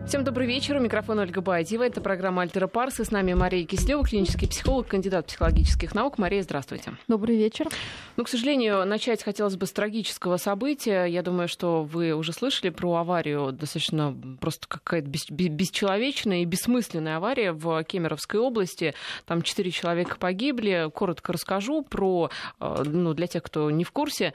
Всем добрый вечер. У микрофона Ольга Баатьева. Это программа «Альтера Парс». И с нами Мария Кислева, клинический психолог, кандидат психологических наук. Мария, здравствуйте. Добрый вечер. Ну, к сожалению, начать хотелось бы с трагического события. Я думаю, что вы уже слышали про аварию, достаточно просто какая-то бесчеловечная и бессмысленная авария в Кемеровской области. Там 4 человека погибли. Коротко расскажу про, для тех, кто не в курсе.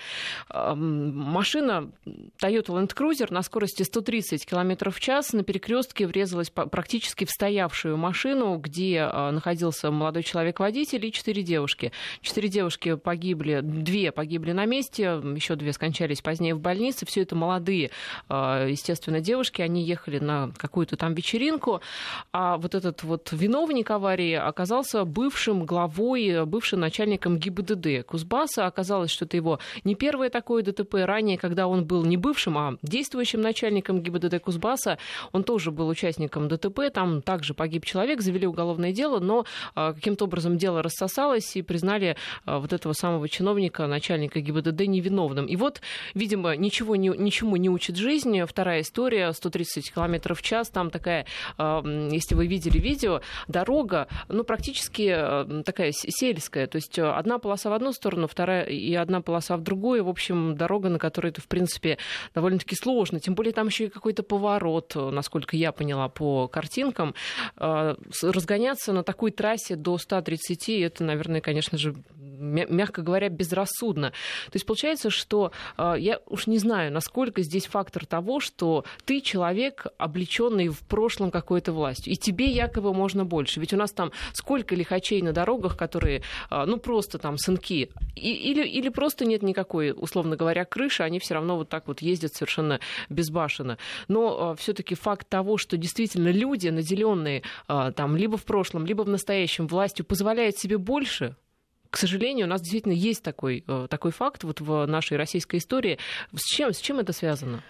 Машина Toyota Land Cruiser на скорости 130 км в час на перекрестке врезалась практически в стоявшую машину, где находился молодой человек-водитель и 4 девушки. 4 девушки погибли, 2 погибли на месте, еще 2 скончались позднее в больнице. Все это молодые, естественно, девушки. Они ехали на какую-то там вечеринку. А вот этот вот виновник аварии оказался бывшим главой, бывшим начальником ГИБДД Кузбасса. Оказалось, что это его не первое такое ДТП. Ранее, когда он был не бывшим, а действующим начальником ГИБДД Кузбасса, он тоже был участником ДТП, там также погиб человек, завели уголовное дело, но каким-то образом дело рассосалось и признали вот этого самого чиновника, начальника ГИБДД, невиновным. И вот, видимо, ничему не учит жизнь. Вторая история, 130 км в час, там такая, если вы видели видео, дорога, практически такая сельская, то есть одна полоса в одну сторону, вторая и одна полоса в другую, в общем, дорога, на которой это, в принципе, довольно-таки сложно, тем более там еще и какой-то поворот, насколько я поняла по картинкам, разгоняться на такой трассе до 130, это, наверное, конечно же, мягко говоря, безрассудно. То есть получается, что я уж не знаю, насколько здесь фактор того, что ты человек, облеченный в прошлом какой-то властью, и тебе якобы можно больше. Ведь у нас там сколько лихачей на дорогах, которые, просто там сынки, или просто нет никакой, условно говоря, крыши, они все равно вот так вот ездят совершенно безбашенно. Но все-таки факт того, что действительно люди, наделенные там либо в прошлом, либо в настоящем властью, позволяют себе больше. К сожалению, у нас действительно есть такой факт вот в нашей российской истории. С чем это связано?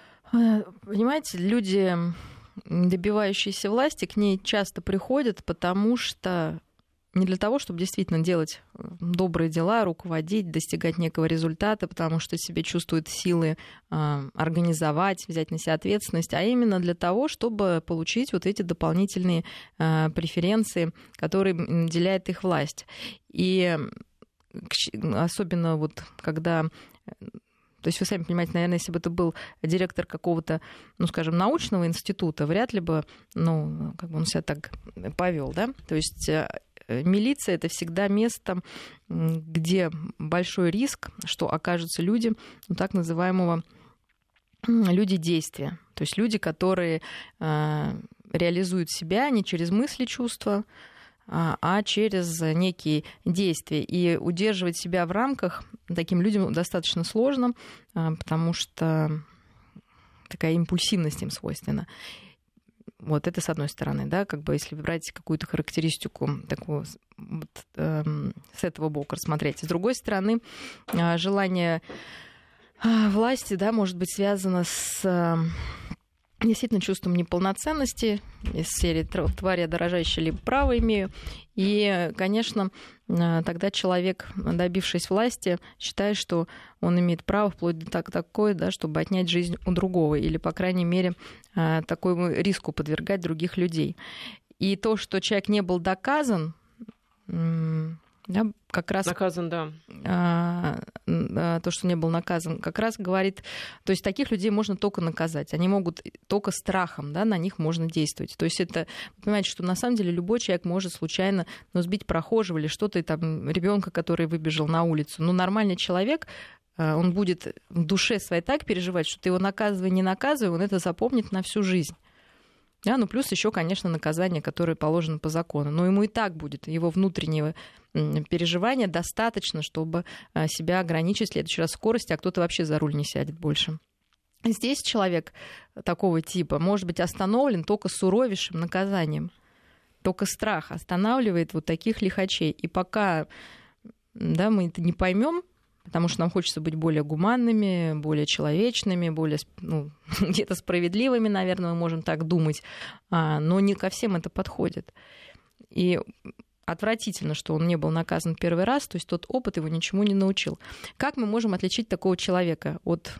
Понимаете, люди, добивающиеся власти, к ней часто приходят, потому что не для того, чтобы действительно делать добрые дела, руководить, достигать некого результата, потому что себе чувствуют силы организовать, взять на себя ответственность, а именно для того, чтобы получить вот эти дополнительные преференции, которые наделяет их власть. И особенно вот когда... То есть вы сами понимаете, наверное, если бы это был директор какого-то, научного института, вряд ли бы, он себя так повел, да? То есть милиция — это всегда место, где большой риск, что окажутся люди, так называемого люди действия. То есть люди, которые реализуют себя не через мысли, чувства, а через некие действия. И удерживать себя в рамках таким людям достаточно сложно, потому что такая импульсивность им свойственна. Вот это с одной стороны, да, если брать какую-то характеристику такую с этого бока рассмотреть. С другой стороны, желание власти, да, может быть связано с действительно чувством неполноценности, из серии «тварь я дорожащая, либо право имею». И, конечно, тогда человек, добившись власти, считает, что он имеет право вплоть до такое, да, чтобы отнять жизнь у другого или, по крайней мере, такому риску подвергать других людей. И то, что человек не был доказан, да, как раз наказан, да. То, что не был наказан, как раз говорит, то есть таких людей можно только наказать, они могут только страхом, да, на них можно действовать. То есть это, понимаете, что на самом деле любой человек может случайно сбить прохожего или что-то, там, ребенка, который выбежал на улицу. Но нормальный человек, он будет в душе своей так переживать, что ты его наказывай, не наказывай, он это запомнит на всю жизнь. Да, плюс еще, конечно, наказание, которое положено по закону. Но ему и так будет его внутреннего переживания достаточно, чтобы себя ограничить в следующий раз в скорости, а кто-то вообще за руль не сядет больше. Здесь человек такого типа может быть остановлен только суровейшим наказанием. Только страх останавливает вот таких лихачей. И пока, да, мы это не поймем, потому что нам хочется быть более гуманными, более человечными, более, где-то справедливыми, наверное, мы можем так думать, но не ко всем это подходит. И отвратительно, что он не был наказан первый раз, то есть тот опыт его ничему не научил. Как мы можем отличить такого человека от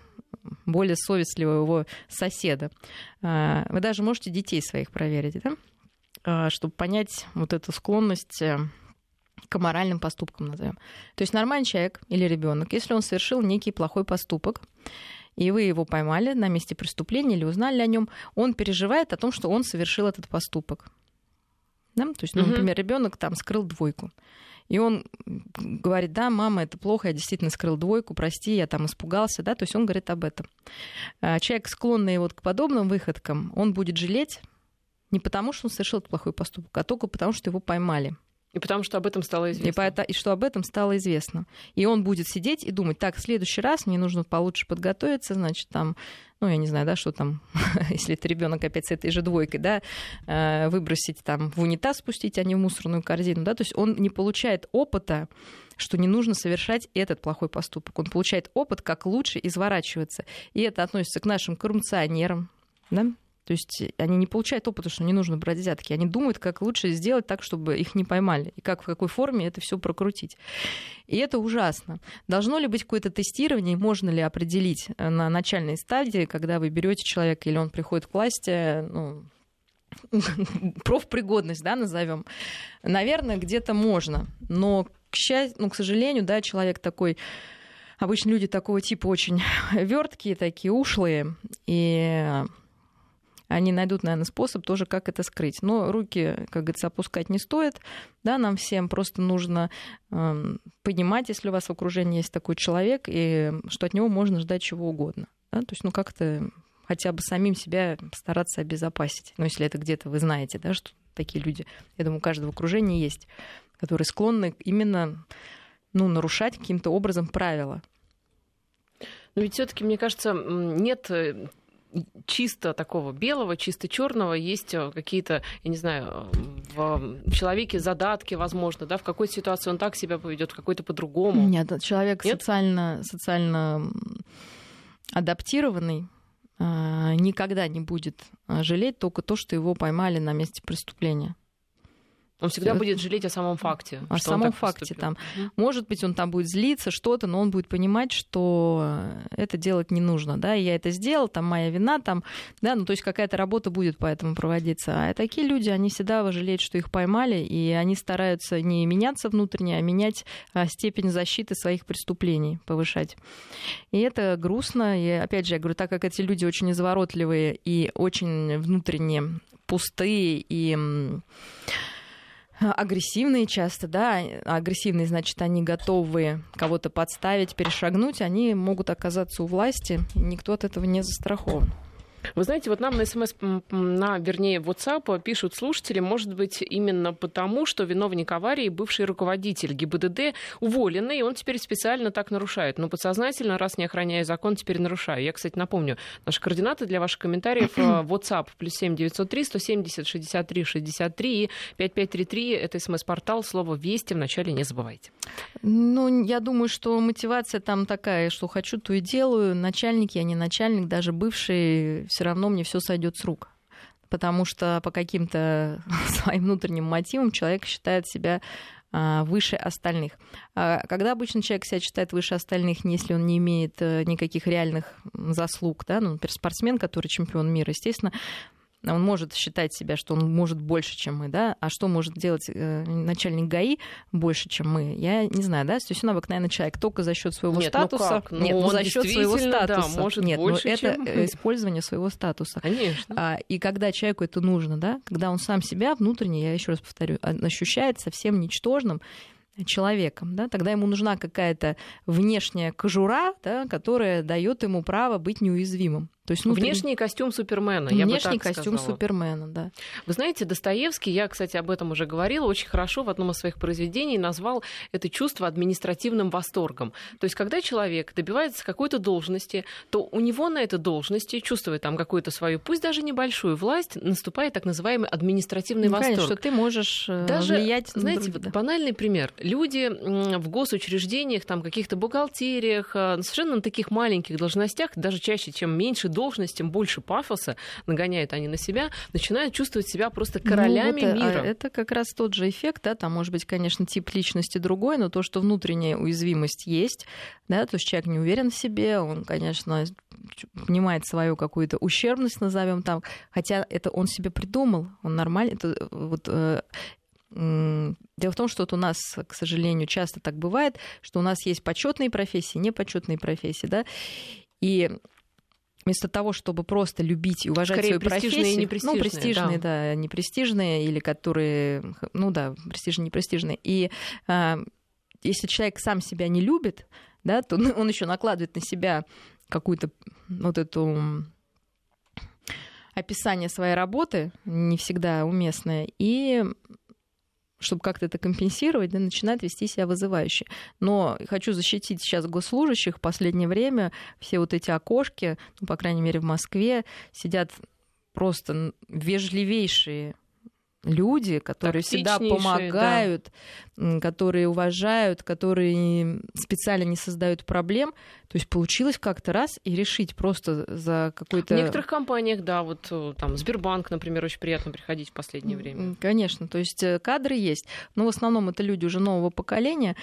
более совестливого соседа. Вы даже можете детей своих проверить, да? Чтобы понять вот эту склонность к аморальным поступкам, назовем. То есть нормальный человек или ребенок, если он совершил некий плохой поступок, и вы его поймали на месте преступления или узнали о нем, он переживает о том, что он совершил этот поступок. Да? То есть, например, ребенок там скрыл 2. И он говорит: да, мама, это плохо, я действительно скрыл 2, прости, я там испугался, да, то есть он говорит об этом. Человек, склонный вот к подобным выходкам, он будет жалеть не потому, что он совершил этот плохой поступок, а только потому, что его поймали. И потому что об этом стало известно. И что об этом стало известно. И он будет сидеть и думать: так, в следующий раз мне нужно получше подготовиться, значит, там, ну, я не знаю, да, что там, если это ребенок опять с этой же 2, да, выбросить там в унитаз, спустить, а не в мусорную корзину, да, то есть он не получает опыта, что не нужно совершать этот плохой поступок. Он получает опыт, как лучше изворачиваться. И это относится к нашим коррупционерам, да. То есть они не получают опыта, что не нужно брать взятки. Они думают, как лучше сделать так, чтобы их не поймали, и как, в какой форме это все прокрутить. И это ужасно. Должно ли быть какое-то тестирование, можно ли определить на начальной стадии, когда вы берете человека, или он приходит к власти, ну, профпригодность, да, назовем. Наверное, где-то можно. Но, к счастью, ну, к сожалению, да, человек такой... Обычно люди такого типа очень верткие, такие ушлые, и... они найдут, наверное, способ тоже, как это скрыть. Но руки, как говорится, опускать не стоит. Да, нам всем просто нужно понимать, если у вас в окружении есть такой человек, и что от него можно ждать чего угодно. Да? То есть, ну, как-то хотя бы самим себя стараться обезопасить. Но если это где-то вы знаете, да, что такие люди, я думаю, у каждого в окружении есть, которые склонны именно, ну, нарушать каким-то образом правила. Но ведь все-таки, мне кажется, нет... чисто такого белого, чисто черного, есть какие-то, я не знаю, в человеке задатки, возможно, да, в какой ситуации он так себя поведет, в какой-то по-другому. Нет, человек социально адаптированный никогда не будет жалеть только то, что его поймали на месте преступления. Он всегда будет жалеть о самом факте. О самом факте там. Может быть, он там будет злиться, что-то, но он будет понимать, что это делать не нужно. Да, я это сделал, там моя вина, там, да, ну, то есть какая-то работа будет поэтому проводиться. А такие люди, они всегда жалеют, что их поймали, и они стараются не меняться внутренне, а менять степень защиты своих преступлений, повышать. И это грустно. И опять же, я говорю, так как эти люди очень изворотливые и очень внутренне пустые и агрессивные часто, да, агрессивные, значит, они готовы кого-то подставить, перешагнуть, они могут оказаться у власти, и никто от этого не застрахован. Вы знаете, вот нам на СМС, вернее, в WhatsApp пишут слушатели, может быть, именно потому, что виновник аварии бывший руководитель ГИБДД уволенный, и он теперь специально так нарушает. Но подсознательно, раз не охраняя закон, теперь нарушаю. Я, кстати, напомню, наши координаты для ваших комментариев WhatsApp +7 903 170 63 63 и 5533. Это СМС-портал, слово «Вести» в начале не забывайте. Ну, я думаю, что мотивация там такая, что хочу, то и делаю. Начальник, я не начальник, даже бывший, все равно мне все сойдет с рук. Потому что по каким-то своим внутренним мотивам человек считает себя выше остальных. А когда обычно человек себя считает выше остальных, если он не имеет никаких реальных заслуг, да, ну, например, спортсмен, который чемпион мира, естественно, он может считать себя, что он может больше, чем мы, да, а что может делать начальник ГАИ больше, чем мы, я не знаю, да, то есть он обыкновенный человек только за счет своего статуса. За счет своего статуса. Да, может нет, больше, это использование своего статуса. Конечно. И когда человеку это нужно, да, когда он сам себя внутренне, я еще раз повторю, ощущает совсем ничтожным человеком, да, тогда ему нужна какая-то внешняя кожура, да, которая дает ему право быть неуязвимым. То есть внешний костюм Супермена, я бы так сказала. Внешний костюм Супермена, да. Вы знаете, Достоевский, я, кстати, об этом уже говорила, очень хорошо в одном из своих произведений назвал это чувство административным восторгом. То есть, когда человек добивается какой-то должности, то у него на этой должности, чувствуя там какую-то свою, пусть даже небольшую власть, наступает так называемый административный восторг. Конечно, что ты можешь даже влиять на знаете, других, да. Банальный пример. Люди в госучреждениях, там, каких-то бухгалтериях, совершенно на таких маленьких должностях, даже чаще, чем меньше должность, тем больше пафоса нагоняют они на себя, начинают чувствовать себя просто королями мира. Это как раз тот же эффект, да, там может быть, конечно, тип личности другой, но то, что внутренняя уязвимость есть, да, то есть человек не уверен в себе, он, конечно, понимает свою какую-то ущербность, назовем там, хотя это он себе придумал, он нормально, это вот дело в том, что вот у нас, к сожалению, часто так бывает, что у нас есть почетные профессии, непочетные профессии, да, и вместо того, чтобы просто любить и уважать свою профессию, и непрестижные, престижные, да, непрестижные, или которые, престижные, непрестижные. И если человек сам себя не любит, да, то он еще накладывает на себя какую-то вот эту описание своей работы, не всегда уместное, и чтобы как-то это компенсировать, да, начинает вести себя вызывающе. Но хочу защитить сейчас госслужащих. В последнее время все вот эти окошки, по крайней мере в Москве, сидят просто вежливейшие люди, которые всегда помогают, да, которые уважают, которые специально не создают проблем. То есть получилось как-то раз и решить просто за какой-то... В некоторых компаниях, да, вот там Сбербанк, например, очень приятно приходить в последнее время. Конечно, то есть кадры есть, но в основном это люди уже нового поколения,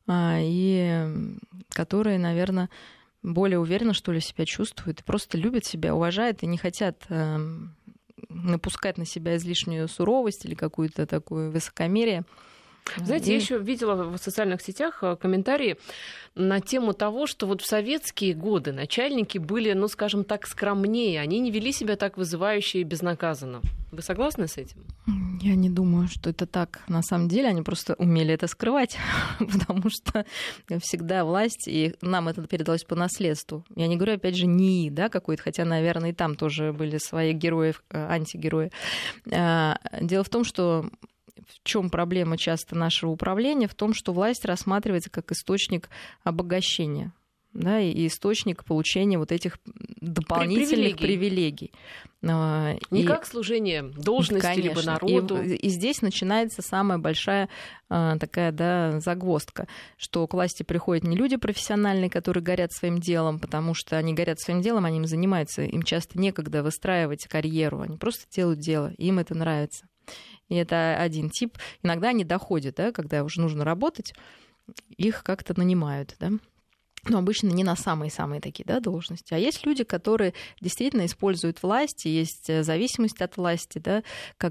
и которые, наверное, более уверенно, что ли, себя чувствуют, и просто любят себя, уважают и не хотят напускать на себя излишнюю суровость или какую-то такую высокомерие. Знаете, я еще видела в социальных сетях комментарии на тему того, что вот в советские годы начальники были, скажем так, скромнее, они не вели себя так вызывающе и безнаказанно. Вы согласны с этим? Я не думаю, что это так. На самом деле они просто умели это скрывать, потому что всегда власть, и нам это передалось по наследству. Я не говорю, опять же, НИИ, да, какой-то, хотя, наверное, и там тоже были свои герои, антигерои. Дело в том, что в чем проблема часто нашего управления? В том, что власть рассматривается как источник обогащения, да, и источник получения вот этих дополнительных привилегий. Не как служение должности, конечно, либо народу. И здесь начинается самая большая такая, да, загвоздка, что к власти приходят не люди профессиональные, которые горят своим делом, потому что они горят своим делом, они им занимаются, им часто некогда выстраивать карьеру, они просто делают дело, им это нравится. И это один тип. Иногда они доходят, да, когда уже нужно работать, их как-то нанимают, да. Но обычно не на самые-самые такие, да, должности. А есть люди, которые действительно используют власть, и есть зависимость от власти, да,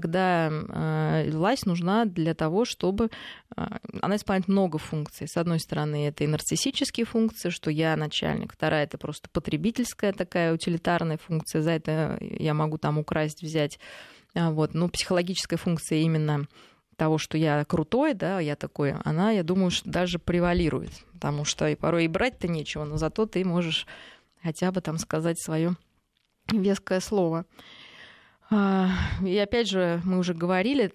когда власть нужна для того, чтобы... Она исполняет много функций. С одной стороны, это и нарциссические функции, что я начальник. Вторая — это просто потребительская такая утилитарная функция. За это я могу там украсть, взять. Вот. Но психологическая функция именно того, что я крутой, да, я такой, она, я думаю, что даже превалирует, потому что и порой и брать-то нечего, но зато ты можешь хотя бы там сказать свое веское слово. И опять же, мы уже говорили,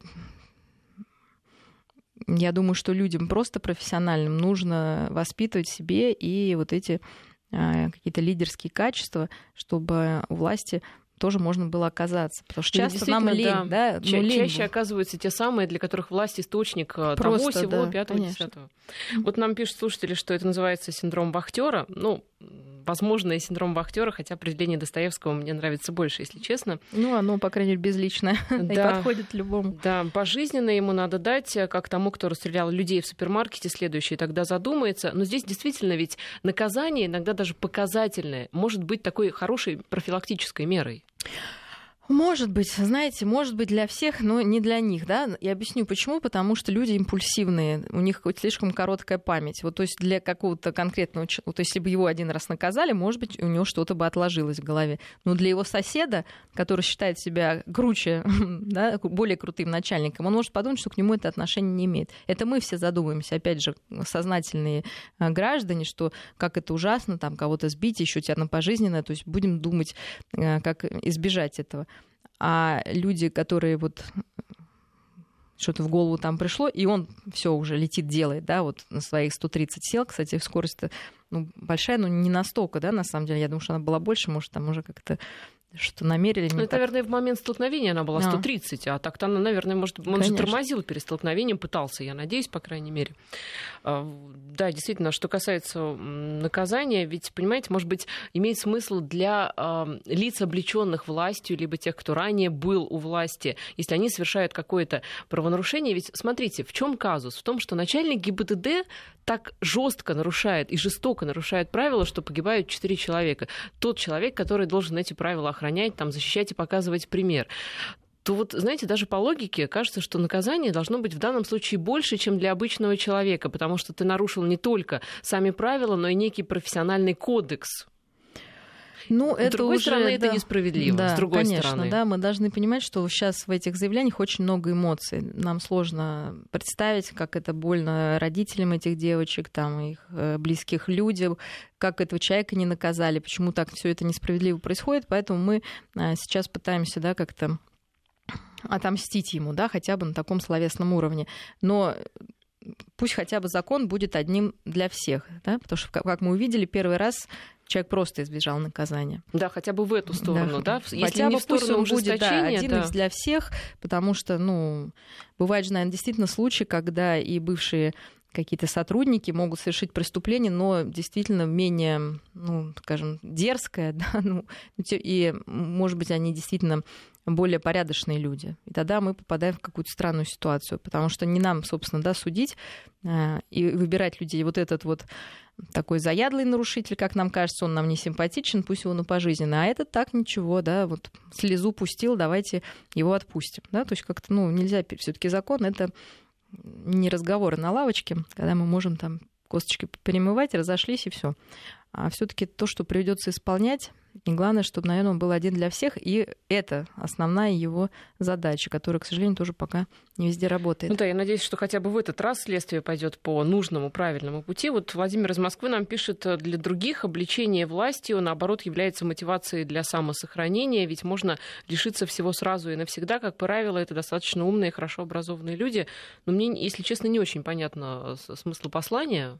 я думаю, что людям просто профессиональным нужно воспитывать в себе и вот эти какие-то лидерские качества, чтобы у власти тоже можно было оказаться. Потому что часто нам лень, да, чаще оказываются те самые, для которых власть источник того, сего, пятого, десятого. Вот нам пишут слушатели, что это называется синдром вахтера. Возможно, и синдром вахтера, хотя определение Достоевского мне нравится больше, если честно. Оно, по крайней мере, безличное и подходит любому. Да, пожизненно ему надо дать, как тому, кто расстрелял людей в супермаркете, следующий тогда задумается. Но здесь действительно ведь наказание, иногда даже показательное, может быть такой хорошей профилактической мерой. Может быть, знаете, может быть для всех, но не для них, да. Я объясню почему. Потому что люди импульсивные, у них слишком короткая память. Вот, то есть для какого-то конкретного человека, вот если бы его один раз наказали, может быть, у него что-то бы отложилось в голове. Но для его соседа, который считает себя круче, да, более крутым начальником, он может подумать, что к нему это отношение не имеет. Это мы все задумываемся, опять же, сознательные граждане, что как это ужасно, там кого-то сбить, еще тебя на пожизненное, то есть будем думать, как избежать этого. А люди, которые вот что-то в голову там пришло, и он все уже летит, делает, да, вот на своих 130 сел, кстати, скорость большая, но не настолько, да, на самом деле, я думаю, что она была больше, может, там уже как-то что намерили... Это, наверное, в момент столкновения она была 130, а так-то она, наверное, может, он же тормозил перед столкновением, пытался, я надеюсь, по крайней мере. Да, действительно, что касается наказания, ведь, понимаете, может быть, имеет смысл для лиц, облеченных властью, либо тех, кто ранее был у власти, если они совершают какое-то правонарушение. Ведь, смотрите, в чем казус? В том, что начальник ГИБДД так жестко нарушает и жестоко нарушает правила, что погибают 4 человека. Тот человек, который должен эти правила охранять, там, защищать и показывать пример. То вот, знаете, даже по логике кажется, что наказание должно быть в данном случае больше, чем для обычного человека, потому что ты нарушил не только сами правила, но и некий профессиональный кодекс. Ну, с другой стороны, это несправедливо. Да, с другой конечно, стороны. Да, мы должны понимать, что сейчас в этих заявлениях очень много эмоций. Нам сложно представить, как это больно родителям этих девочек, там, их близких людям, как этого человека не наказали, почему так все это несправедливо происходит. Поэтому мы сейчас пытаемся, да, как-то отомстить ему, да, хотя бы на таком словесном уровне. Но пусть хотя бы закон будет одним для всех, да, потому что, как мы увидели, первый раз человек просто избежал наказания. Да, хотя бы в эту сторону, да? Если хотя бы пусть он будет, да, один для всех, потому что, ну, бывает же, наверное, действительно случаи, когда и бывшие какие-то сотрудники могут совершить преступление, но действительно менее, ну, скажем, дерзкое, да, ну, и, может быть, они действительно более порядочные люди. И тогда мы попадаем в какую-то странную ситуацию, потому что не нам, собственно, да, судить и выбирать людей. Вот этот вот такой заядлый нарушитель, как нам кажется, он нам не симпатичен, пусть его на пожизненно. А этот так ничего, да, вот слезу пустил, давайте его отпустим. Да? То есть как-то, ну, нельзя, все-таки закон — это не разговоры на лавочке, когда мы можем там косточки перемывать, разошлись и все. А все-таки то, что придется исполнять, и главное, чтобы, наверное, он был один для всех, и это основная его задача, которая, к сожалению, тоже пока не везде работает. Ну да, я надеюсь, что хотя бы в этот раз следствие пойдет по нужному, правильному пути. Вот Владимир из Москвы нам пишет: для других обличение властью, наоборот, является мотивацией для самосохранения, ведь можно лишиться всего сразу и навсегда. Как правило, это достаточно умные, хорошо образованные люди. Но мне, если честно, не очень понятно смысл послания.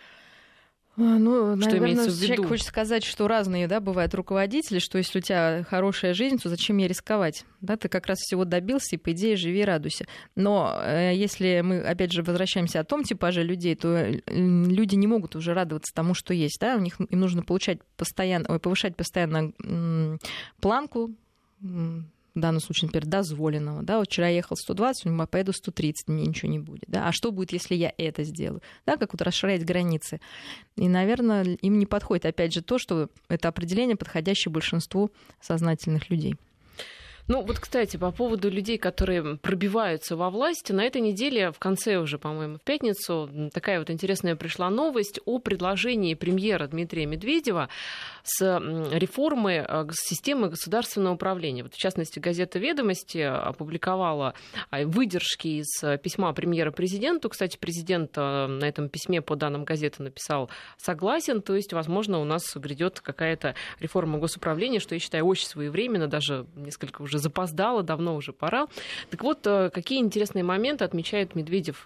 Ну, что наверное, имеется в виду? Человек хочет сказать, что разные, да, бывают руководители, что если у тебя хорошая жизнь, то зачем ей рисковать? Да, ты как раз всего добился, и, по идее, живи и радуйся. Но если мы, опять же, возвращаемся о том типаже людей, то люди не могут уже радоваться тому, что есть. Да? Им нужно повышать постоянно планку, в данном случае, например, дозволенного. Да? Вот вчера я ехал 120, у меня поеду 130, мне ничего не будет. Да? А что будет, если я это сделаю? Да, как вот расширять границы. И, наверное, им не подходит, опять же, то, что это определение, подходящее большинству сознательных людей. Ну вот, кстати, по поводу людей, которые пробиваются во власть, на этой неделе, в конце уже, по-моему, в пятницу, такая вот интересная пришла новость о предложении премьера Дмитрия Медведева с реформы системы государственного управления. Вот, в частности, газета «Ведомости» опубликовала выдержки из письма премьера президенту. Кстати, президент на этом письме, по данным газеты, написал «согласен», то есть, возможно, у нас грядет какая-то реформа госуправления, что я считаю очень своевременно, даже несколько уже запоздало, давно уже пора. Так вот, какие интересные моменты отмечает Медведев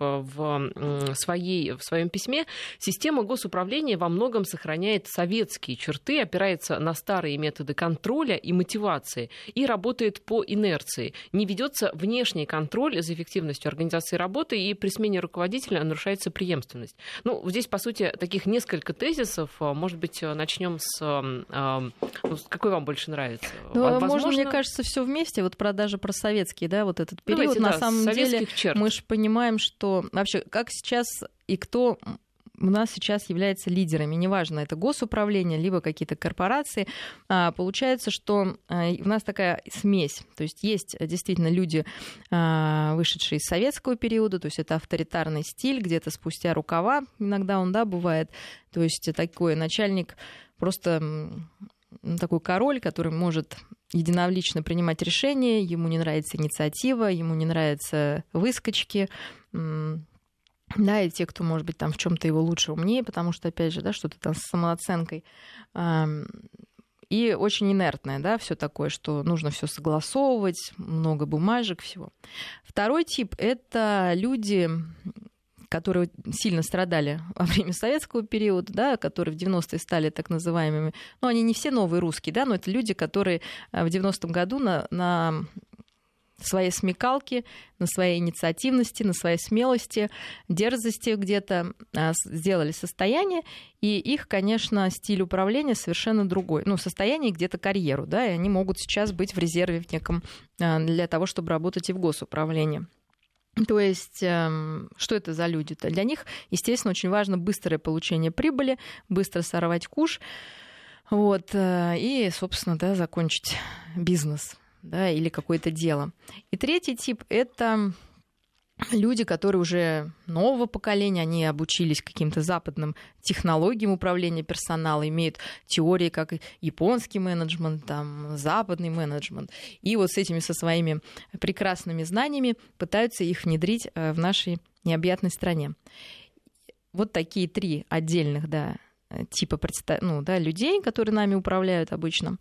в своем письме. Система госуправления во многом сохраняет советские черты, опирается на старые методы контроля и мотивации и работает по инерции. Не ведется внешний контроль за эффективностью организации работы, и при смене руководителя нарушается преемственность. Ну, здесь, по сути, таких несколько тезисов. Может быть, начнем с какой вам больше нравится? Можно, мне кажется, все вместе. Вот даже про советский, да, вот этот период. Давайте, на самом деле, мы же понимаем, что вообще как сейчас и кто у нас сейчас является лидерами, неважно, это госуправление, либо какие-то корпорации, получается, что у нас такая смесь. То есть есть действительно люди, вышедшие из советского периода, то есть это авторитарный стиль, где-то спустя рукава иногда он, да, бывает. То есть такой начальник просто такой король, который может единолично принимать решения, ему не нравится инициатива, ему не нравятся выскочки, да, и те, кто, может быть, там в чем-то его лучше, умнее, потому что, опять же, да, что-то там с самооценкой. И очень инертное, да, все такое, что нужно все согласовывать, много бумажек, всего. Второй тип — это люди, которые сильно страдали во время советского периода, да, которые в 90-е стали так называемыми. Ну, они не все новые русские, да, но это люди, которые в 90-м году на своей смекалке, на своей инициативности, на своей смелости, дерзости где-то сделали состояние, и их, конечно, стиль управления совершенно другой. Ну, состояние где-то карьеру, да, и они могут сейчас быть в резерве в неком для того, чтобы работать и в госуправлении. То есть, что это за люди-то? Для них, естественно, очень важно быстрое получение прибыли, быстро сорвать куш, вот, и, собственно, да, закончить бизнес, да, или какое-то дело. И третий тип — это люди, которые уже нового поколения, они обучились каким-то западным технологиям управления персоналом, имеют теории, как японский менеджмент, там, западный менеджмент. И вот с этими, со своими прекрасными знаниями пытаются их внедрить в нашей необъятной стране. Вот такие три отдельных, да, типа людей, которые нами управляют обычно.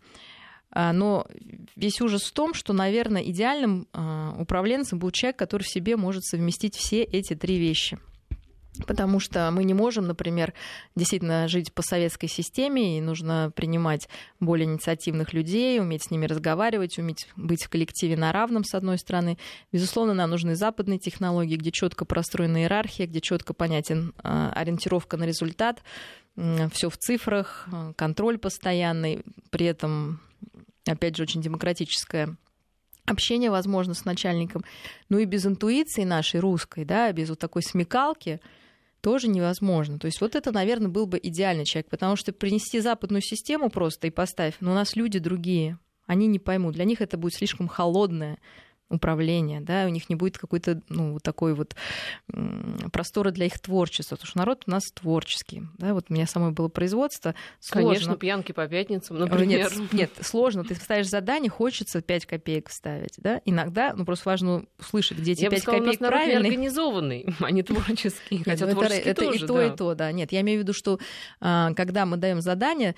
Но весь ужас в том, что, наверное, идеальным управленцем будет человек, который в себе может совместить все эти три вещи. Потому что мы не можем, например, действительно жить по советской системе, и нужно принимать более инициативных людей, уметь с ними разговаривать, уметь быть в коллективе на равном, с одной стороны. Безусловно, нам нужны западные технологии, где четко простроена иерархия, где четко понятен ориентировка на результат, все в цифрах, контроль постоянный, при этом, опять же, очень демократическое общение возможно с начальником. Ну и без интуиции нашей русской, да, без вот такой смекалки тоже невозможно. То есть вот это, наверное, был бы идеальный человек, потому что принести западную систему просто и поставь, но у нас люди другие, они не поймут. Для них это будет слишком холодное управление, да, у них не будет какой-то, вот такой вот простора для их творчества, потому что народ у нас творческий, да, вот у меня самое было производство, сложно. Конечно, пьянки по пятницам, например. Нет, сложно, ты ставишь задание, хочется 5 копеек вставить, да, иногда, просто важно услышать, где эти 5 копеек правильные. Я бы сказала, у нас народ организованный, а не творческий, хотя творческий тоже, это и то, и то, да, нет, я имею в виду, что когда мы даем задание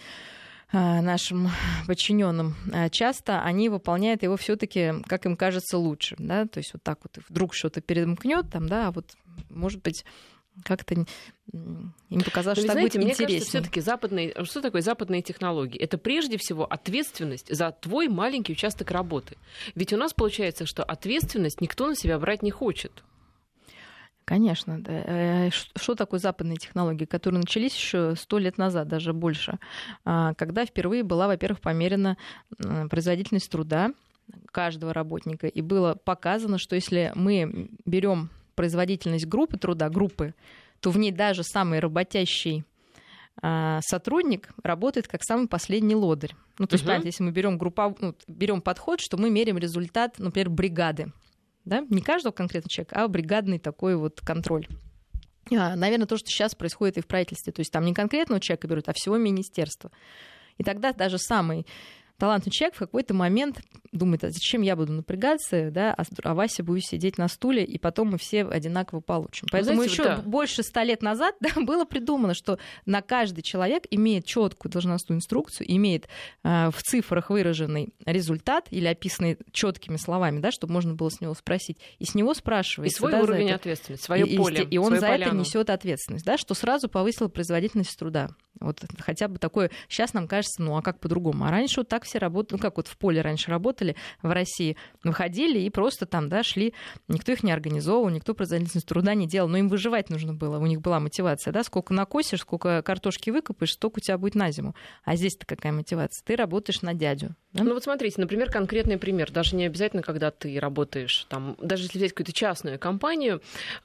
нашим подчиненным, часто они выполняют его все-таки, как им кажется, лучше, да, то есть вот так вот вдруг что-то перемкнет там, да, а вот может быть как-то им показалось, что так будет интереснее. Мне кажется, все-таки что такое западные технологии? Это прежде всего ответственность за твой маленький участок работы. Ведь у нас получается, что ответственность никто на себя брать не хочет. Конечно, да. Что такое западные технологии, которые начались еще 100 лет назад, даже больше, когда впервые была, во-первых, померена производительность труда каждого работника, и было показано, что если мы берем производительность группы труда, то в ней даже самый работящий сотрудник работает как самый последний лодырь. Ну, то есть, понимаете, если мы берем подход, что мы меряем результат, например, бригады. Да? Не каждого конкретного человека, а бригадный такой вот контроль. Наверное, то, что сейчас происходит и в правительстве. То есть там не конкретного человека берут, а всего министерства. И тогда даже самый талантливый человек в какой-то момент думает, а зачем я буду напрягаться, да, а Вася будет сидеть на стуле, и потом мы все одинаково получим. Поэтому еще больше 100 лет назад было придумано, что на каждый человек имеет четкую должностную инструкцию, имеет в цифрах выраженный результат или описанный четкими словами, да, чтобы можно было с него спросить, и с него спрашивается. И свой уровень ответственности, свое поле, и он за это несет ответственность, да, что сразу повысило производительность труда. Вот хотя бы такое. Сейчас нам кажется, а как по-другому? А раньше вот так все работали, как вот в поле раньше работали в России, выходили и просто там, да, шли, никто их не организовывал, никто производительность труда не делал, но им выживать нужно было, у них была мотивация, да, сколько накосишь, сколько картошки выкопаешь, столько у тебя будет на зиму. А здесь-то какая мотивация? Ты работаешь на дядю. Да? Ну вот смотрите, например, конкретный пример, даже не обязательно, когда ты работаешь там, даже если взять какую-то частную компанию,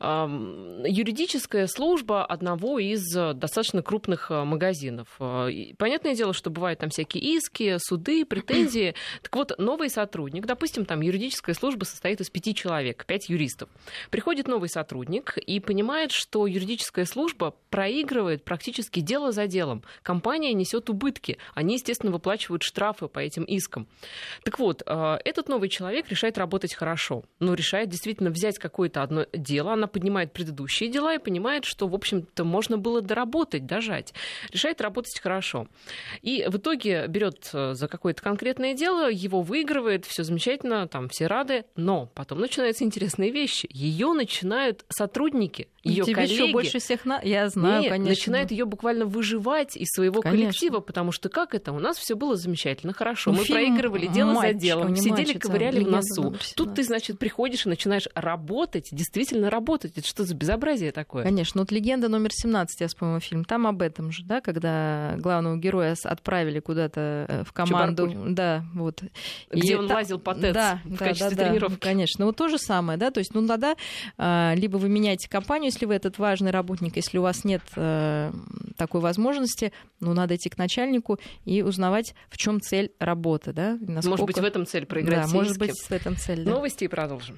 юридическая служба одного из достаточно крупных магазинов. Понятное дело, что бывают там всякие иски, суды, претензии. Так вот, новый сотрудник, допустим, там юридическая служба состоит из 5 человек, 5 юристов. Приходит новый сотрудник и понимает, что юридическая служба проигрывает практически дело за делом. Компания несет убытки. Они, естественно, выплачивают штрафы по этим искам. Так вот, этот новый человек решает работать хорошо. Но решает действительно взять какое-то одно дело. Она поднимает предыдущие дела и понимает, что, в общем-то, можно было доработать, дожать. Решает работать хорошо. И в итоге берет за какое-то конкретное дело, его выигрывает, все замечательно, там все рады, но потом начинаются интересные вещи. Ее начинают сотрудники ее Тебе коллеги... еще больше всех я знаю, конечно. Начинают ее буквально выживать из своего коллектива, потому что как это? У нас все было замечательно, хорошо. Мы проигрывали дело за делом, сидели, ковыряли в носу. Тут ты, значит, приходишь и начинаешь работать, действительно работать. Это что за безобразие такое? Конечно. Вот «Легенда номер 17», я вспомнила фильм, там об этом же, да, когда главного героя отправили куда-то в команду. Чебаркуль. Да, вот. Где он лазил по ТЭЦ в качестве тренировки. Конечно. Вот то же самое, да, то есть, ну, тогда либо вы меняете компанию, если вы этот важный работник, если у вас нет такой возможности, ну, надо идти к начальнику и узнавать, в чем цель работы, да, насколько... Может быть, в этом цель проиграть сессии. Да, может быть, в этом цель, да. Новости и продолжим.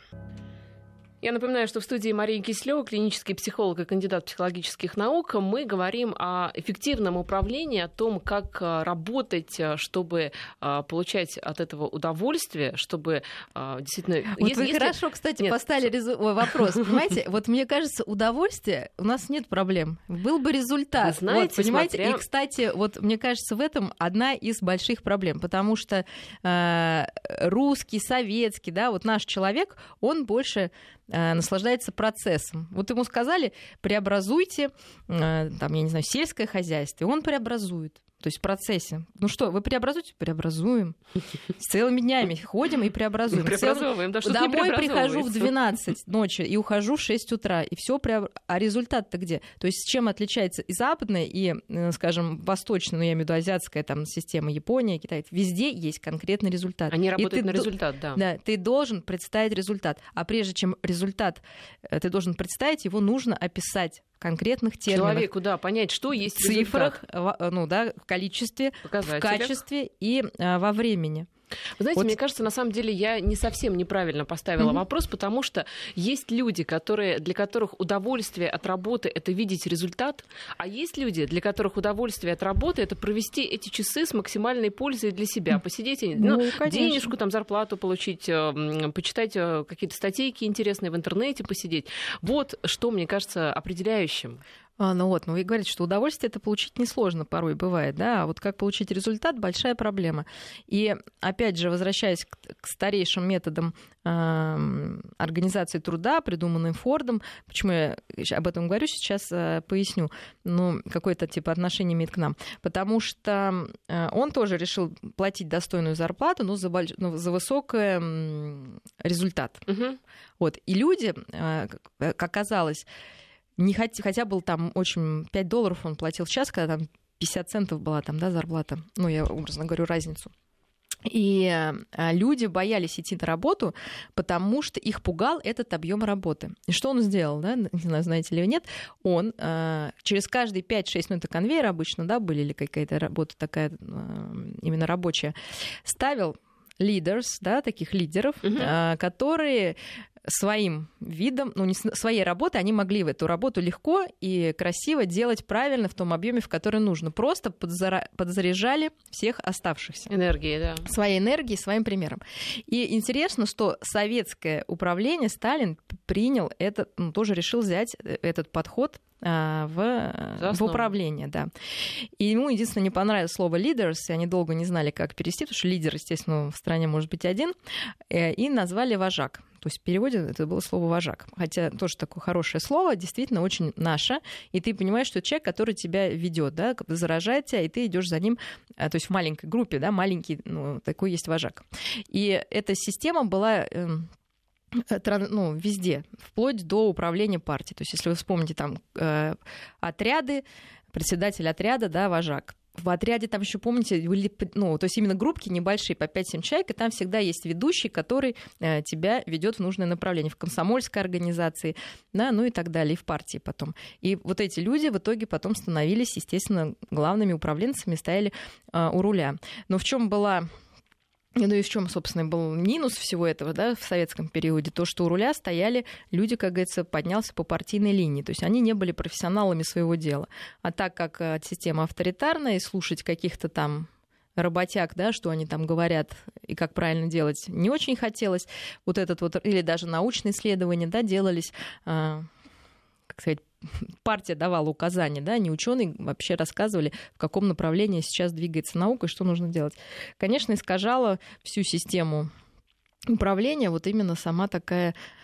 Я напоминаю, что в студии Мария Кислева, клинический психолог и кандидат психологических наук. Мы говорим о эффективном управлении, о том, как работать, чтобы получать от этого удовольствие, чтобы действительно... Вот вы хорошо, кстати, поставили вопрос. Понимаете, вот мне кажется, удовольствие, у нас нет проблем. Был бы результат. Знаете, вот, понимаете? И, кстати, вот мне кажется, в этом одна из больших проблем, потому что русский, советский, да, вот наш человек, он больше... наслаждается процессом. Вот ему сказали, преобразуйте, там, я не знаю, сельское хозяйство, и он преобразует. То есть в процессе. Ну что, вы преобразуете? Преобразуем. С целыми днями ходим и преобразуем. Преобразовываем. Да, домой прихожу в 12 ночи и ухожу в 6 утра. И все А результат-то где? То есть чем отличается и западная, и, скажем, восточная, ну я имею в виду азиатская там, система, Япония, Китай. Везде есть конкретный результат. Они работают на результат, да. Да, ты должен представить результат. А прежде чем результат ты должен представить, его нужно описать в конкретных терминах. Человеку, да, понять, что есть в цифрах, ну, да, в количестве, в качестве и во времени. Вы знаете, мне кажется, на самом деле я не совсем неправильно поставила вопрос, потому что есть люди, для которых удовольствие от работы — это видеть результат, а есть люди, для которых удовольствие от работы — это провести эти часы с максимальной пользой для себя, посидеть, денежку, там, зарплату получить, почитать какие-то статейки интересные в интернете, посидеть. Вот что, мне кажется, определяющим. Ну вы говорите, что удовольствие это получить несложно, порой бывает, да, а вот как получить результат — большая проблема. И опять же, возвращаясь к старейшим методам организации труда, придуманным Фордом, почему я об этом говорю, сейчас поясню, какое-то типа отношение имеет к нам, потому что он тоже решил платить достойную зарплату, но за высокий результат. Вот. И люди, как оказалось, хотя был там очень $5 он платил в час, когда там 50 центов была там, да, зарплата. Ну, я образно говорю разницу. И люди боялись идти на работу, потому что их пугал этот объем работы. И что он сделал, да? Не знаю, знаете ли вы, нет? Он через каждые 5-6 минут, конвейер обычно, да, были, или какая-то работа такая именно рабочая, ставил leaders, да, таких лидеров, которые своим видом, своей работой, они могли в эту работу легко и красиво делать правильно в том объеме, в который нужно. Просто подзаряжали всех оставшихся. Энергией, да. Своей энергией, своим примером. И интересно, что советское управление, Сталин принял этот, тоже решил взять этот подход в управление, да. И ему единственное не понравилось слово leaders, и они долго не знали, как перевести, потому что лидер, естественно, в стране может быть один, и назвали вожак. То есть в переводе это было слово «вожак». Хотя тоже такое хорошее слово, действительно очень наше. И ты понимаешь, что человек, который тебя ведет, да, заражает тебя, и ты идешь за ним, то есть в маленькой группе, да, маленький, такой есть вожак. И эта система была везде, вплоть до управления партией. То есть если вы вспомните там отряды, председатель отряда, да, вожак. В отряде там еще, помните, были, то есть именно группки небольшие, по 5-7 человек, и там всегда есть ведущий, который тебя ведет в нужное направление, в комсомольской организации, да, и так далее, и в партии потом. И вот эти люди в итоге потом становились, естественно, главными управленцами, стояли у руля. Но в чем была... и в чем, собственно, был минус всего этого, да, в советском периоде, то, что у руля стояли люди, как говорится, поднялся по партийной линии, то есть они не были профессионалами своего дела. А так как система авторитарная, и слушать каких-то там работяг, да, что они там говорят и как правильно делать, не очень хотелось. Вот этот вот, или даже научные исследования, да, делались, как сказать, партия давала указания, да, не ученые вообще рассказывали, в каком направлении сейчас двигается наука и что нужно делать. Конечно, искажала всю систему управления вот именно сама такая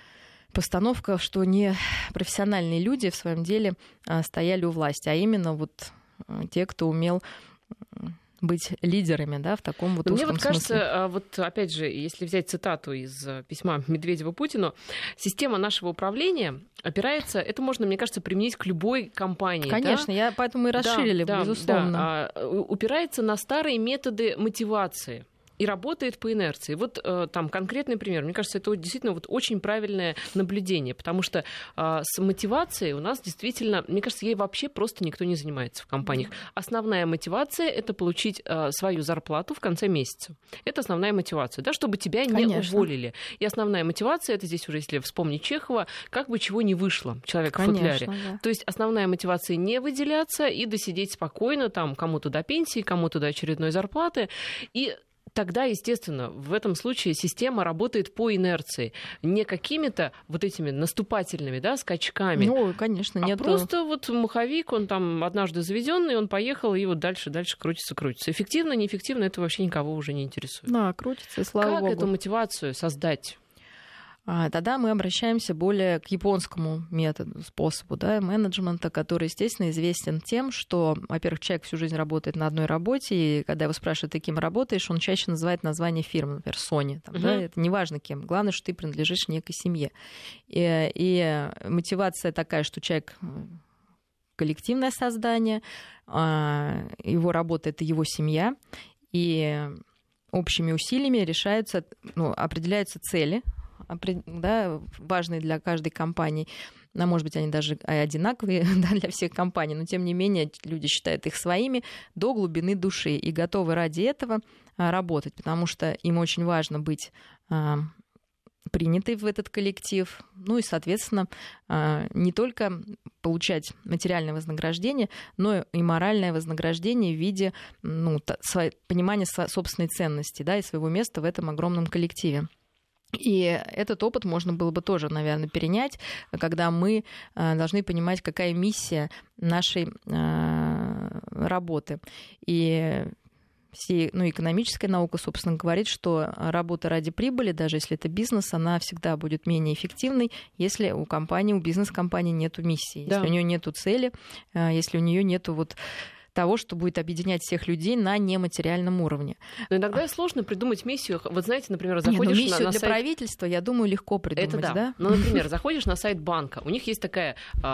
постановка, что не профессиональные люди в своем деле стояли у власти, а именно вот те, кто умел быть лидерами, да, в таком вот узком Мне кажется, вот опять же, если взять цитату из письма Медведева Путину, система нашего управления опирается, это можно, мне кажется, применить к любой компании. Конечно, да? Поэтому и расширили, безусловно. Да, упирается на старые методы мотивации. И работает по инерции. Вот там конкретный пример. Мне кажется, это действительно вот очень правильное наблюдение, потому что с мотивацией у нас действительно, мне кажется, ей вообще просто никто не занимается в компаниях. Основная мотивация — это получить свою зарплату в конце месяца. Это основная мотивация, да, чтобы тебя не уволили. И основная мотивация — это здесь уже, если вспомнить Чехова, как бы чего не вышло человека в футляре. Да. То есть основная мотивация — не выделяться и досидеть спокойно, там, кому-то до пенсии, кому-то до очередной зарплаты. И тогда, естественно, в этом случае система работает по инерции, не какими-то вот этими наступательными, да, скачками. Ну, конечно, нет. Просто вот маховик, он там однажды заведенный, он поехал, и вот дальше крутится. Эффективно, неэффективно, это вообще никого уже не интересует. Да, крутится, и слава богу. Как эту мотивацию создать? Тогда мы обращаемся более к японскому методу, способу, да, менеджмента, который, естественно, известен тем, что, во-первых, человек всю жизнь работает на одной работе, и когда его спрашивают, ты кем работаешь, он чаще называет название фирмы, например, Sony. Там, да, это неважно кем. Главное, что ты принадлежишь некой семье. И мотивация такая, что человек коллективное создание, его работа — это его семья, и общими усилиями определяются цели, да, важные для каждой компании. Может быть, они даже одинаковые, да, для всех компаний, но тем не менее люди считают их своими до глубины души и готовы ради этого работать, потому что им очень важно быть принятой в этот коллектив, ну и, соответственно, не только получать материальное вознаграждение, но и моральное вознаграждение в виде понимания собственной ценности, да, и своего места в этом огромном коллективе. И этот опыт можно было бы тоже, наверное, перенять, когда мы должны понимать, какая миссия нашей работы. И экономическая наука, собственно, говорит, что работа ради прибыли, даже если это бизнес, она всегда будет менее эффективной, если у бизнес-компании нету миссии, если у нее нету цели, если у нее нету того, что будет объединять всех людей на нематериальном уровне. Но иногда сложно придумать миссию. Вот знаете, например, заходишь миссию на для сайт... правительства, я думаю, легко придумать. Это да. Ну, например, заходишь на сайт банка, у них есть такая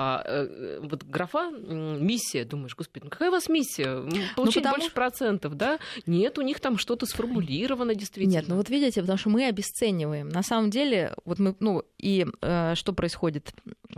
графа «миссия». Думаешь, господи, какая у вас миссия? Получить больше процентов, да? Нет, у них там что-то сформулировано действительно. Нет, видите, потому что мы обесцениваем. На самом деле, что происходит?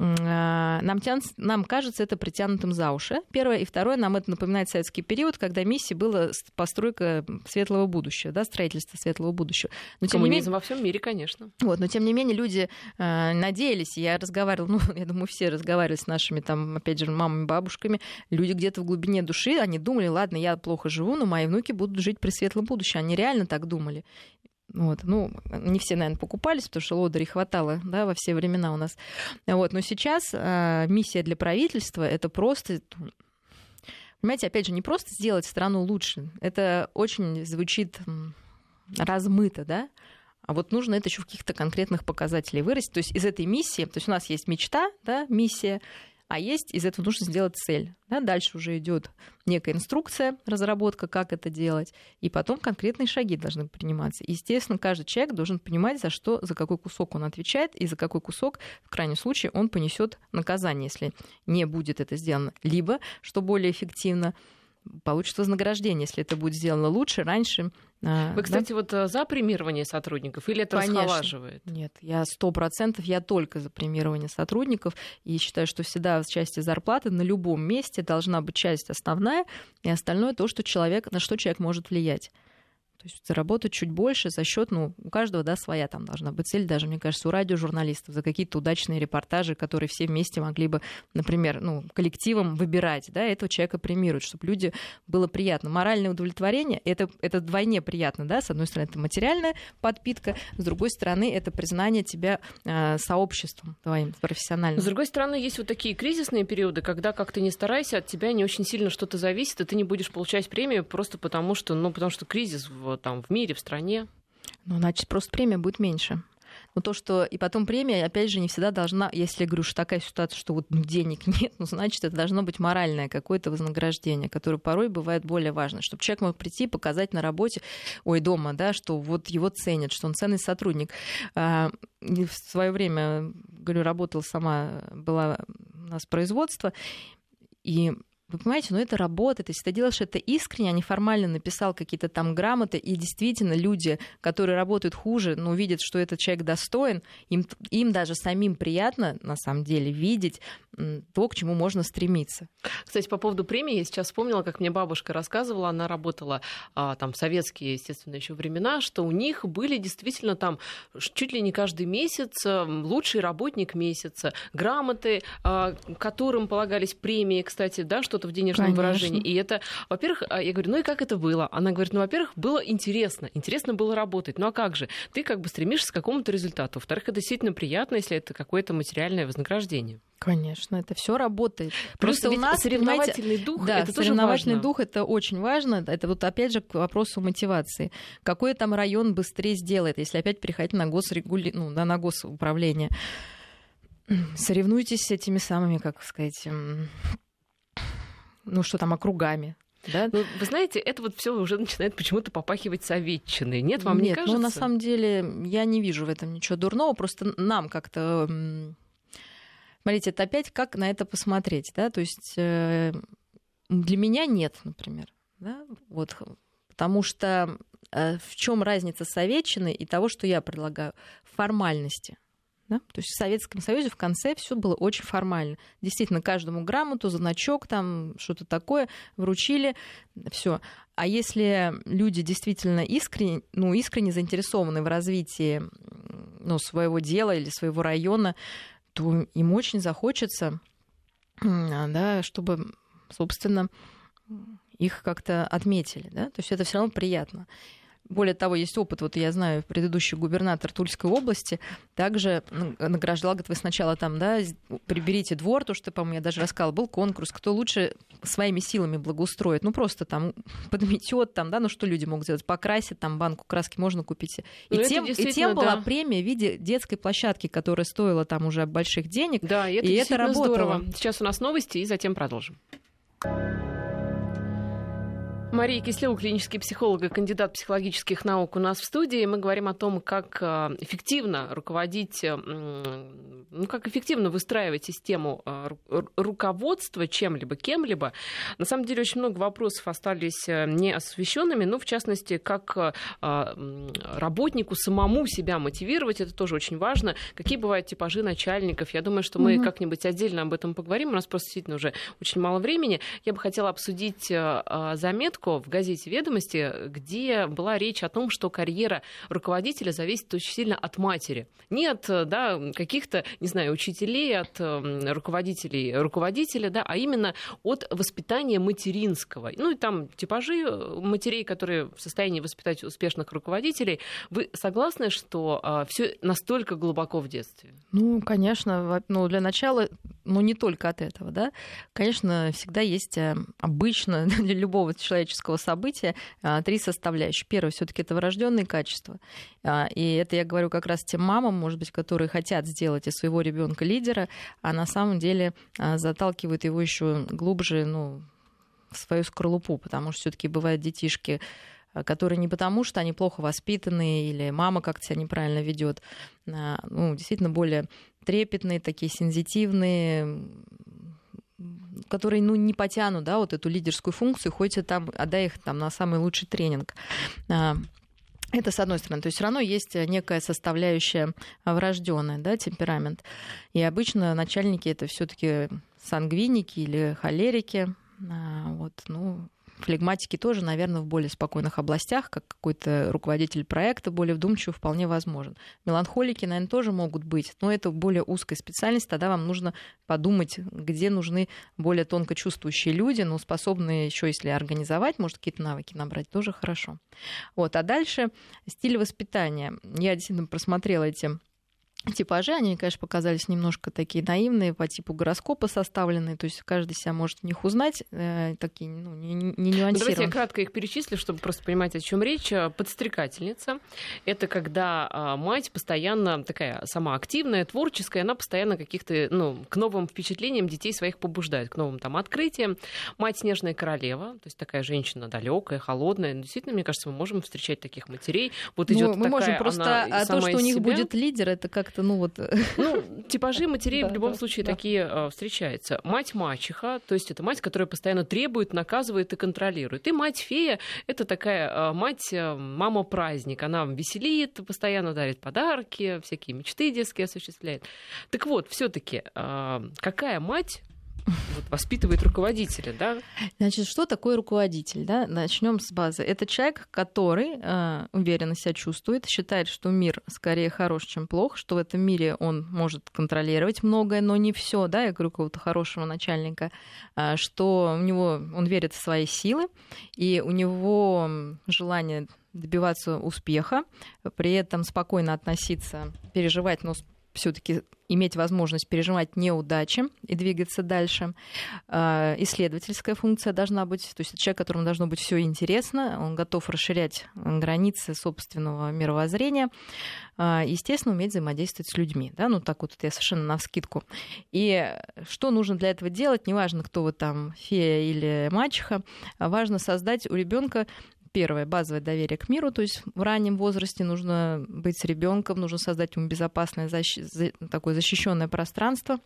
Нам кажется это притянутым за уши. Первое. И второе, нам это напоминает советский период, когда миссией была постройка светлого будущего, да, строительство светлого будущего. Но, коммунизм во всем мире, конечно. Но тем не менее люди надеялись, я разговаривала, я думаю, все разговаривали с нашими, опять же, мамами, бабушками, люди где-то в глубине души, они думали, ладно, я плохо живу, но мои внуки будут жить при светлом будущем. Они реально так думали. Не все, наверное, покупались, потому что лодырей хватало, да, во все времена у нас. Но сейчас миссия для правительства — это просто... Понимаете, опять же, не просто сделать страну лучше, это очень звучит размыто, да, а нужно это еще в каких-то конкретных показателях вырасти. То есть из этой миссии, то есть у нас есть мечта, да, миссия, а есть из этого нужно сделать цель. Да? Дальше уже идет некая инструкция, разработка, как это делать, и потом конкретные шаги должны приниматься. Естественно, каждый человек должен понимать, за какой кусок он отвечает, и за какой кусок, в крайнем случае, он понесет наказание, если не будет это сделано. Либо, что более эффективно, получит вознаграждение, если это будет сделано лучше, раньше. Вы, кстати, за премирование сотрудников или это расхолаживает? Нет, я 100%, я только за премирование сотрудников, и считаю, что всегда в части зарплаты на любом месте должна быть часть основная, и остальное то, на что человек может влиять. То есть заработать чуть больше за счет, у каждого, да, своя там должна быть цель, даже, мне кажется, у радиожурналистов за какие-то удачные репортажи, которые все вместе могли бы, например, коллективом выбирать, да, этого человека премируют, чтобы людям было приятно. Моральное удовлетворение — это вдвойне приятно, да, с одной стороны, это материальная подпитка, с другой стороны, это признание тебя сообществом твоим профессиональным. С другой стороны, есть такие кризисные периоды, когда, как ты ни старайся, от тебя не очень сильно что-то зависит, и ты не будешь получать премию просто потому что кризис в мире, в стране. Значит, просто премия будет меньше. Но то, что и потом премия, опять же, не всегда должна, если я говорю, что такая ситуация, что вот денег нет, значит, это должно быть моральное какое-то вознаграждение, которое порой бывает более важно, чтобы человек мог прийти и показать на работе, дома, да, что вот его ценят, что он ценный сотрудник. В свое время, говорю, работала сама, была у нас производство, и вы понимаете, это работает. Если ты делаешь это искренне, а не формально написал какие-то там грамоты, и действительно люди, которые работают хуже, видят, что этот человек достоин, им даже самим приятно, на самом деле, видеть то, к чему можно стремиться. Кстати, по поводу премии, я сейчас вспомнила, как мне бабушка рассказывала, она работала там в советские, естественно, еще времена, что у них были действительно там чуть ли не каждый месяц лучший работник месяца, грамоты, которым полагались премии, кстати, да, что-то в денежном выражении. И это, во-первых, я говорю, и как это было? Она говорит, во-первых, было интересно было работать. А как же? Ты как бы стремишься к какому-то результату. Во-вторых, это действительно приятно, если это какое-то материальное вознаграждение. Конечно, это все работает. Плюс у нас соревновательный дух, это тоже соревновательный важно. дух, это очень важно. Это вот опять же к вопросу мотивации. Какой там район быстрее сделает, если опять переходить на на госуправление? Соревнуйтесь с этими самыми, как сказать, округами. Да? Вы знаете, это вот все уже начинает почему-то попахивать советчиной. Нет, вам не кажется? На самом деле я не вижу в этом ничего дурного, просто нам как-то... Смотрите, это опять как на это посмотреть, да, то есть для меня нет, например, да, потому что в чем разница советчины и того, что я предлагаю? В формальности. Да? То есть в Советском Союзе в конце все было очень формально. Действительно, каждому грамоту, значок, там что-то такое вручили, все. А если люди действительно искренне заинтересованы в развитии своего дела или своего района, то им очень захочется, да, чтобы, собственно, их как-то отметили. Да? То есть это все равно приятно. Более того, есть опыт, я знаю, предыдущий губернатор Тульской области также награждал, говорит, вы сначала там, да, приберите двор, то, что, по-моему, я даже рассказала, был конкурс, кто лучше своими силами благоустроит, просто там подметет, там, да, что люди могут сделать, покрасит, там банку краски можно купить. И тем была премия в виде детской площадки, которая стоила там уже больших денег, да, и это работало. Здорово. Сейчас у нас новости, и затем продолжим. Мария Кислева, клинический психолог и кандидат психологических наук у нас в студии. Мы говорим о том, как эффективно руководить, как эффективно выстраивать систему руководства чем-либо, кем-либо. На самом деле очень много вопросов остались неосвещенными, в частности, как работнику самому себя мотивировать, это тоже очень важно. Какие бывают типажи начальников? Я думаю, что мы как-нибудь отдельно об этом поговорим. У нас просто действительно уже очень мало времени. Я бы хотела обсудить заметку в газете «Ведомости», где была речь о том, что карьера руководителя зависит очень сильно от матери. Не от каких-то, не знаю, учителей, от руководителя, да, а именно от воспитания материнского. И там типажи матерей, которые в состоянии воспитать успешных руководителей. Вы согласны, что все настолько глубоко в детстве? Конечно. Для начала, не только от этого, да. Конечно, всегда есть обычно для любого человеческого события 3 составляющие. Первое, все-таки это врожденные качества. И это я говорю как раз тем мамам, может быть, которые хотят сделать из своего ребенка лидера, а на самом деле заталкивают его еще глубже, в свою скорлупу, потому что все-таки бывают детишки, которые не потому, что они плохо воспитаны или мама как-то себя неправильно ведет, действительно более трепетные, такие сензитивные, которые не потянут, да, эту лидерскую функцию, хоть там отдай их там на самый лучший тренинг. Это с одной стороны. То есть все равно есть некая составляющая врожденная, да, темперамент. И обычно начальники это все-таки сангвиники или холерики. Флегматики тоже, наверное, в более спокойных областях, как какой-то руководитель проекта, более вдумчивый, вполне возможен. Меланхолики, наверное, тоже могут быть, но это более узкая специальность, тогда вам нужно подумать, где нужны более тонко чувствующие люди, но способные еще, если организовать, может, какие-то навыки набрать, тоже хорошо. А дальше стиль воспитания. Я действительно просмотрела эти типажи, они, конечно, показались немножко такие наивные, по типу гороскопа составленные, то есть каждый себя может в них узнать, такие, ну, не нюансированные. Давайте я кратко их перечислю, чтобы просто понимать, о чем речь. Подстрекательница — это когда мать постоянно такая сама активная, творческая, она постоянно каких-то, ну, к новым впечатлениям детей своих побуждает, к новым там открытиям. Мать — снежная королева, то есть такая женщина далекая, холодная. Действительно, мне кажется, мы можем встречать таких матерей. Вот идет мы такая, можем просто, она то, что у них себя будет лидер, это как-то, ну вот... Ну, типажи матерей в любом случае такие встречаются. Мать-мачеха, то есть это мать, которая постоянно требует, наказывает и контролирует. И мать-фея — это такая мать, мама-праздник. Она веселит, постоянно дарит подарки, всякие мечты детские осуществляет. Так вот, все-таки какая мать воспитывает руководителя, да? Значит, что такое руководитель? Да? Начнем с базы. Это человек, который уверенно себя чувствует, считает, что мир скорее хорош, чем плох, что в этом мире он может контролировать многое, но не все, да, я говорю, какого-то хорошего начальника, что у него, он верит в свои силы, и у него желание добиваться успеха, при этом спокойно относиться, переживать, но все-таки иметь возможность переживать неудачи и двигаться дальше. Исследовательская функция должна быть, то есть это человек, которому должно быть все интересно, он готов расширять границы собственного мировоззрения, естественно, уметь взаимодействовать с людьми. Да? Ну, так вот я совершенно навскидку. И что нужно для этого делать, неважно, кто вы там, фея или мачеха, важно создать у ребенка первое — базовое доверие к миру, то есть в раннем возрасте нужно быть с ребенком, нужно создать ему безопасное, такое защищенное пространство,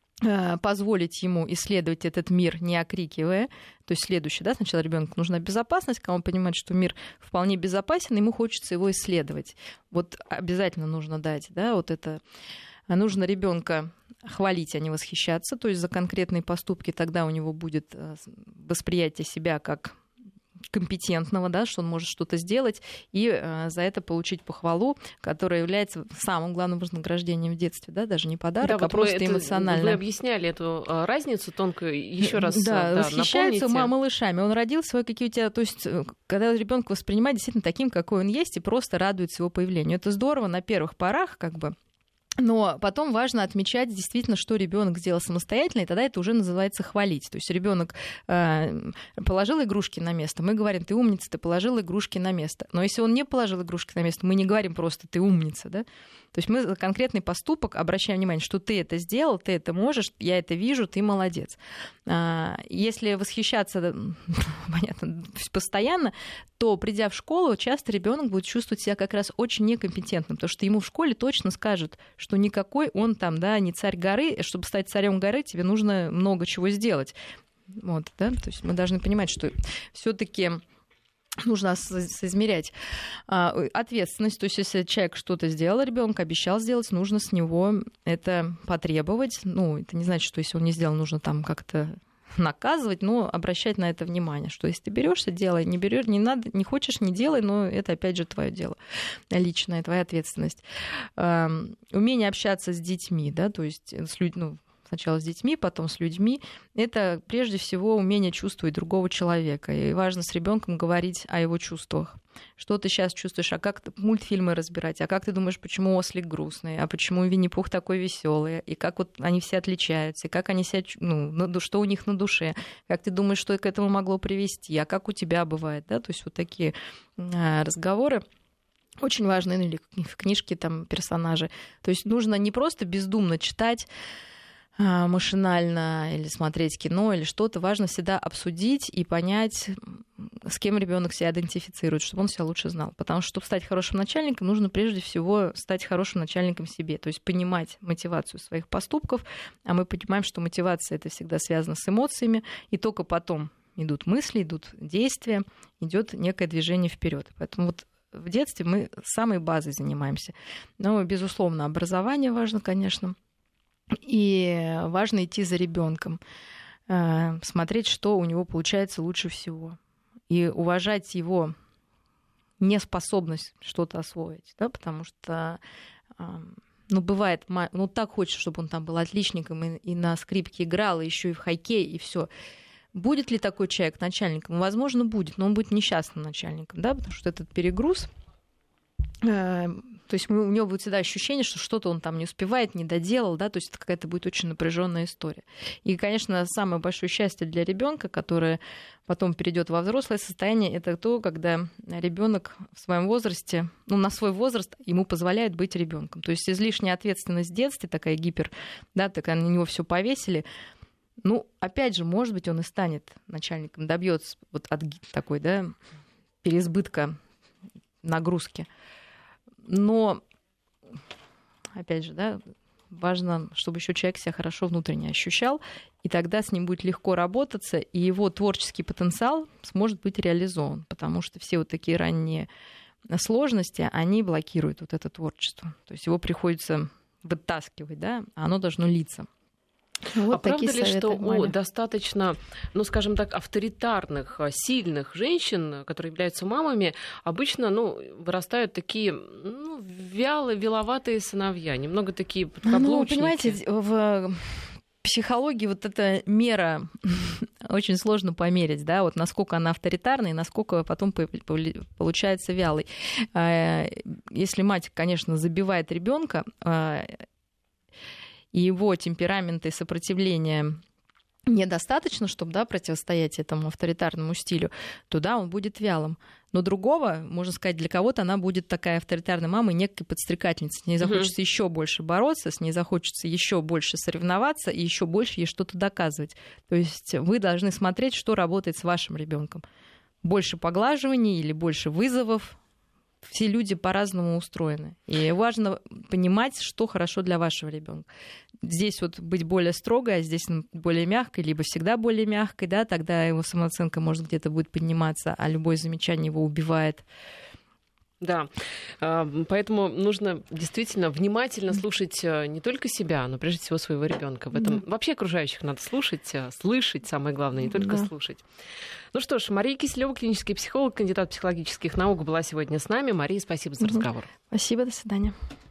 позволить ему исследовать этот мир, не окрикивая. То есть следующее, да, сначала ребенку нужна безопасность, когда он понимает, что мир вполне безопасен, ему хочется его исследовать. Вот обязательно нужно дать, да, вот это. Нужно ребенка хвалить, а не восхищаться, то есть за конкретные поступки тогда у него будет восприятие себя как компетентного, да, что он может что-то сделать, и за это получить похвалу, которая является самым главным вознаграждением в детстве, да, даже не подарок, да, а просто эмоционально. Вы объясняли эту разницу тонко, еще раз восхищаются напомните. малышами. Он родился, какие у тебя, то есть, когда ребенка воспринимает действительно таким, какой он есть, и просто радуется его появлению. Это здорово на первых порах, как бы. Но потом важно отмечать действительно, что ребенок сделал самостоятельно, и тогда это уже называется хвалить. То есть ребенок положил игрушки на место, мы говорим: ты умница, ты положил игрушки на место. Но если он не положил игрушки на место, мы не говорим просто: ты умница, да? То есть мы за конкретный поступок обращаем внимание, что ты это сделал, ты это можешь, я это вижу, ты молодец. Если восхищаться, понятно, постоянно, то, придя в школу, часто ребенок будет чувствовать себя как раз очень некомпетентным, потому что ему в школе точно скажут, что никакой он там, да, не царь горы, чтобы стать царем горы, тебе нужно много чего сделать. Вот, да? То есть мы должны понимать, что все-таки нужно соизмерять ответственность. То есть если человек что-то сделал, ребенок обещал сделать, нужно с него это потребовать. Ну, это не значит, что если он не сделал, нужно там как-то наказывать, но обращать на это внимание, что если ты берешься, делай, не берешь, не надо, не хочешь, не делай, но это опять же твое дело личное, твоя ответственность. Умение общаться с детьми, да, то есть с людьми, ну, сначала с детьми, потом с людьми, это прежде всего умение чувствовать другого человека. И важно с ребенком говорить о его чувствах. Что ты сейчас чувствуешь, а как мультфильмы разбирать, а как ты думаешь, почему ослик грустный, а почему Винни-Пух такой веселый, и как вот они все отличаются, и как они себя, ну, что у них на душе, как ты думаешь, что к этому могло привести, а как у тебя бывает, да, то есть вот такие разговоры. Очень важны, или в книжке там персонажи. То есть нужно не просто бездумно читать машинально или смотреть кино или что-то, важно всегда обсудить и понять, с кем ребенок себя идентифицирует, чтобы он себя лучше знал. Потому что, чтобы стать хорошим начальником, нужно прежде всего стать хорошим начальником себе, то есть понимать мотивацию своих поступков, а мы понимаем, что мотивация — это всегда связано с эмоциями, и только потом идут мысли, идут действия, идет некое движение вперед. Поэтому вот в детстве мы самой базой занимаемся. Но, безусловно, образование важно, конечно. И важно идти за ребенком, смотреть, что у него получается лучше всего, и уважать его неспособность что-то освоить, да, потому что, ну, бывает, ну, так хочется, чтобы он там был отличником и на скрипке играл, и еще и в хоккей, и все. Будет ли такой человек начальником? Возможно, будет, но он будет несчастным начальником, да, потому что этот перегруз То есть у него будет всегда ощущение, что что-то он там не успевает, не доделал, да, то есть это какая-то будет очень напряженная история. И, конечно, самое большое счастье для ребенка, которое потом перейдет во взрослое состояние, это то, когда ребенок в своем возрасте, на свой возраст ему позволяет быть ребенком. То есть излишняя ответственность в детстве, такая гипер, да, такая на него все повесили. Опять же, может быть, он и станет начальником, добьется вот от такой, да, переизбытка нагрузки. Но, опять же, да, важно, чтобы еще человек себя хорошо внутренне ощущал, и тогда с ним будет легко работаться, и его творческий потенциал сможет быть реализован, потому что все вот такие ранние сложности, они блокируют вот это творчество. То есть его приходится вытаскивать, да, а оно должно литься. Вот правда ли, что у достаточно, скажем так, авторитарных, сильных женщин, которые являются мамами, обычно, вырастают такие, вяловатые сыновья, немного такие подкаблучники? Понимаете, в психологии вот эта мера очень сложно померить, да, вот насколько она авторитарна и насколько потом получается вялой. Если мать, конечно, забивает ребенка, и его темперамента и сопротивления недостаточно, чтобы, да, противостоять этому авторитарному стилю, то да, он будет вялым. Но другого, можно сказать, для кого-то она будет такая авторитарная мама, некой подстрекательницей. С ней захочется еще больше бороться, с ней захочется еще больше соревноваться и еще больше ей что-то доказывать. То есть вы должны смотреть, что работает с вашим ребенком. Больше поглаживаний или больше вызовов. Все люди по-разному устроены. И важно понимать, что хорошо для вашего ребенка. Здесь вот быть более строгой, а здесь более мягкой, либо всегда более мягкой, да, тогда его самооценка может где-то будет подниматься, а любое замечание его убивает. Да, поэтому нужно действительно внимательно слушать не только себя, но прежде всего своего ребенка. В этом вообще окружающих надо слушать, слышать, самое главное, не только слушать. Ну что ж, Мария Киселева, клинический психолог, кандидат психологических наук, была сегодня с нами. Мария, спасибо за разговор. Спасибо, до свидания.